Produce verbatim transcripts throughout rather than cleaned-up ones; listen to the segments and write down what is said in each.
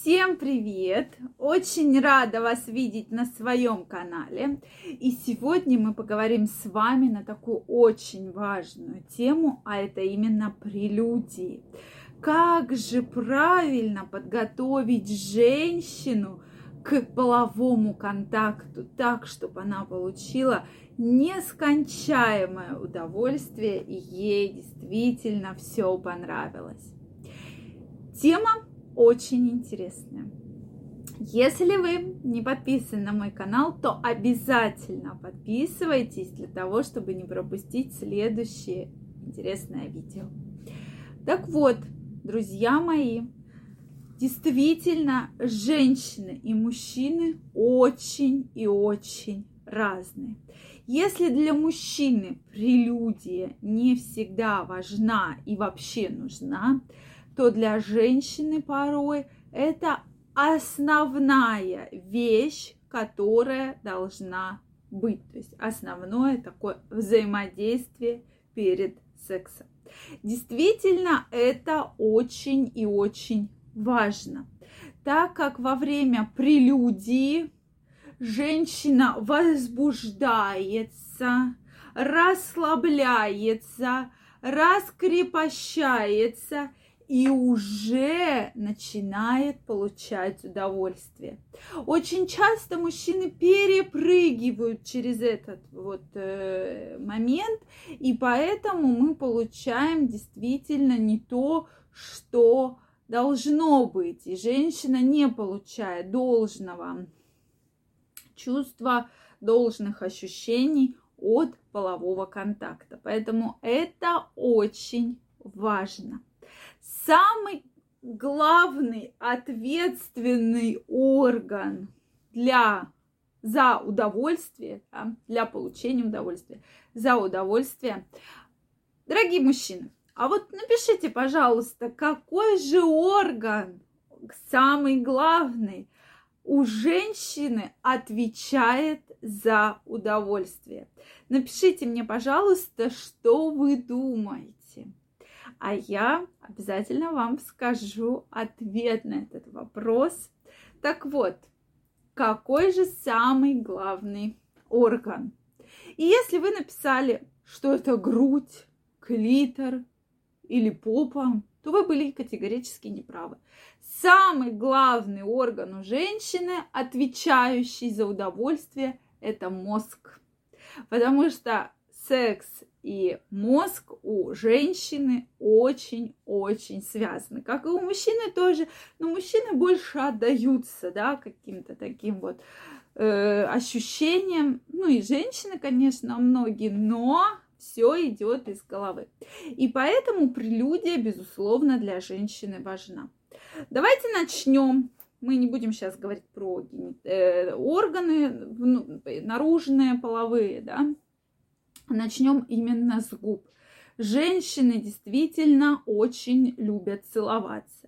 Всем привет! Очень рада вас видеть на своем канале. И сегодня мы поговорим с вами на такую очень важную тему, а это именно прелюдии. Как же правильно подготовить женщину к половому контакту так, чтобы она получила нескончаемое удовольствие и ей действительно все понравилось. Тема очень интересная. Если вы не подписаны на мой канал, то обязательно подписывайтесь для того, чтобы не пропустить следующее интересное видео. Так вот, друзья мои, действительно, женщины и мужчины очень и очень разные. Если для мужчины прелюдия не всегда важна и вообще нужна, то для женщины порой это основная вещь, которая должна быть. То есть основное такое взаимодействие перед сексом. Действительно, это очень и очень важно, так как во время прелюдии женщина возбуждается, расслабляется, раскрепощается и уже начинает получать удовольствие. Очень часто мужчины перепрыгивают через этот вот э, момент, и поэтому мы получаем действительно не то, что должно быть. И женщина не получает должного чувства, должных ощущений от полового контакта. Поэтому это очень важно. Самый главный ответственный орган для, за удовольствие, да, для получения удовольствия, за удовольствие. Дорогие мужчины, а вот напишите, пожалуйста, какой же орган, самый главный, у женщины отвечает за удовольствие. Напишите мне, пожалуйста, что вы думаете. А я обязательно вам скажу ответ на этот вопрос. Так вот, какой же самый главный орган? И если вы написали, что это грудь, клитор или попа, то вы были категорически неправы. Самый главный орган у женщины, отвечающий за удовольствие, это мозг. Потому что секс и мозг у женщины очень-очень связаны. Как и у мужчины тоже, но мужчины больше отдаются, да, каким-то таким вот э, ощущениям. Ну и женщины, конечно, многие, но все идет из головы. И поэтому прелюдия, безусловно, для женщины важна. Давайте начнем. Мы не будем сейчас говорить про э, органы ну, наружные, половые, да. Начнем именно с губ. Женщины действительно очень любят целоваться.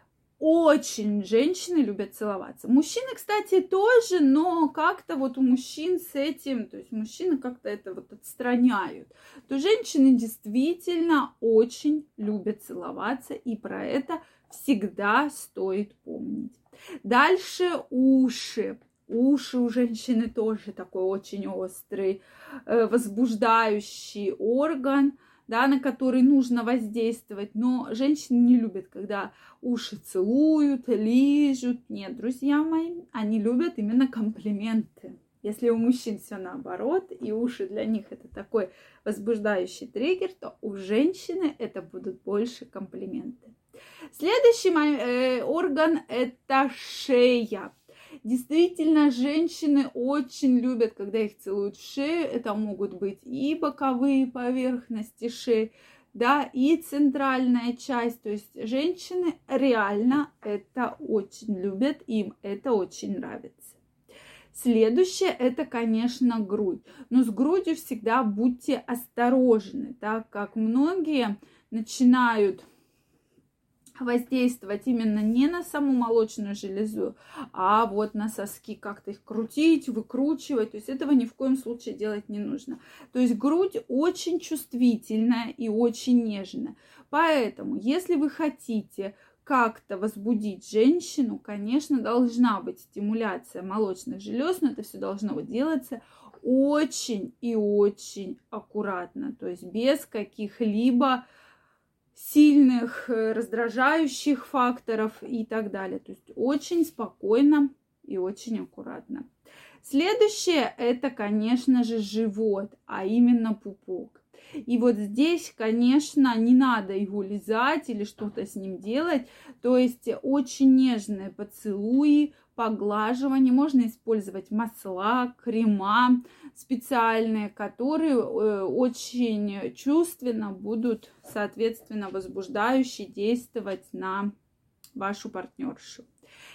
Очень женщины любят целоваться. Мужчины, кстати, тоже, но как-то вот у мужчин с этим, то есть мужчины как-то это вот отстраняют. То женщины действительно очень любят целоваться, и про это всегда стоит помнить. Дальше уши. Уши у женщины тоже такой очень острый, возбуждающий орган, да, на который нужно воздействовать. Но женщины не любят, когда уши целуют, лижут. Нет, друзья мои, они любят именно комплименты. Если у мужчин все наоборот, и уши для них это такой возбуждающий триггер, то у женщины это будут больше комплименты. Следующий э, орган – это шея. Действительно, женщины очень любят, когда их целуют в шею. Это могут быть и боковые поверхности шеи, да, и центральная часть. То есть женщины реально это очень любят, им это очень нравится. Следующее – это, конечно, грудь. Но с грудью всегда будьте осторожны, так как многие начинают воздействовать именно не на саму молочную железу, а вот на соски, как-то их крутить, выкручивать. То есть этого ни в коем случае делать не нужно. То есть грудь очень чувствительная и очень нежная. Поэтому, если вы хотите как-то возбудить женщину, конечно, должна быть стимуляция молочных желез, но это все должно делаться очень и очень аккуратно, то есть без каких-либо сильных раздражающих факторов и так далее. То есть очень спокойно и очень аккуратно. Следующее это, конечно же, живот, а именно пупок. И вот здесь, конечно, не надо его лизать или что-то с ним делать. То есть очень нежные поцелуи, поглаживание. Можно использовать масла, крема специальные, которые очень чувственно будут, соответственно, возбуждающе действовать на вашу партнершу.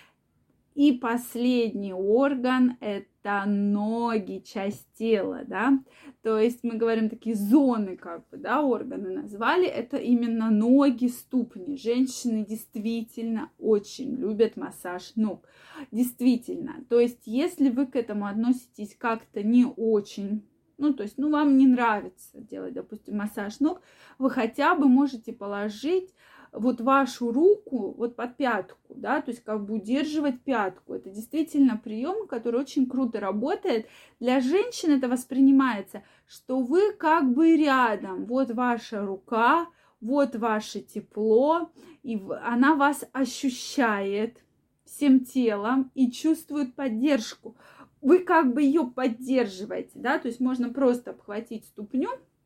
И последний орган – это ноги, часть тела, да. То есть мы говорим такие зоны, как бы, да, органы назвали. Это именно ноги, ступни. Женщины действительно очень любят массаж ног. Действительно. То есть если вы к этому относитесь как-то не очень, ну, то есть, ну, вам не нравится делать, допустим, массаж ног, вы хотя бы можете положить вот вашу руку вот под пятку, да, то есть как бы удерживать пятку. Это действительно прием, который очень круто работает. Для женщин это воспринимается, что вы как бы рядом. Вот ваша рука, вот ваше тепло, и она вас ощущает всем телом и чувствует поддержку. Вы как бы ее поддерживаете, да, то есть можно просто обхватить ступню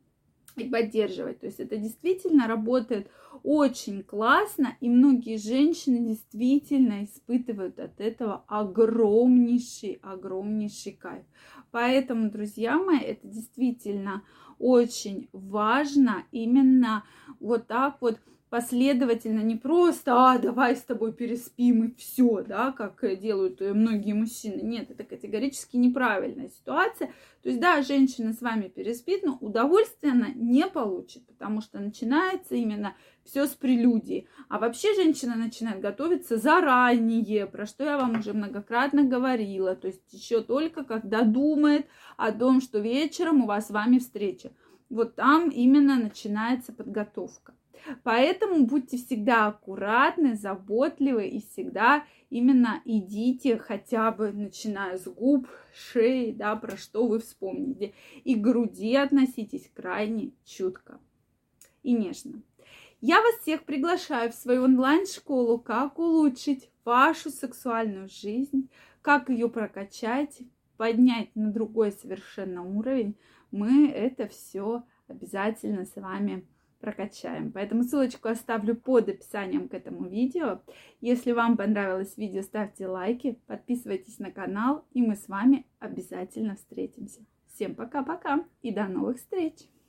и поддерживать. То есть это действительно работает очень классно, и многие женщины действительно испытывают от этого огромнейший, огромнейший кайф. Поэтому, друзья мои, это действительно очень важно именно вот так вот последовательно, не просто, а, давай с тобой переспим и все, да, как делают многие мужчины. Нет, это категорически неправильная ситуация. То есть, да, женщина с вами переспит, но удовольствие она не получит, потому что начинается именно все с прелюдии. А вообще женщина начинает готовиться заранее, про что я вам уже многократно говорила. То есть еще только когда думает о том, что вечером у вас с вами встреча. Вот там именно начинается подготовка. Поэтому будьте всегда аккуратны, заботливы и всегда именно идите хотя бы, начиная с губ, шеи, да, про что вы вспомните. И к груди относитесь крайне чутко и нежно. Я вас всех приглашаю в свою онлайн-школу «Как улучшить вашу сексуальную жизнь», как ее прокачать, поднять на другой совершенно уровень. Мы это все обязательно с вами прокачаем. Поэтому ссылочку оставлю под описанием к этому видео. Если вам понравилось видео, ставьте лайки, подписывайтесь на канал, и мы с вами обязательно встретимся. Всем пока-пока и до новых встреч!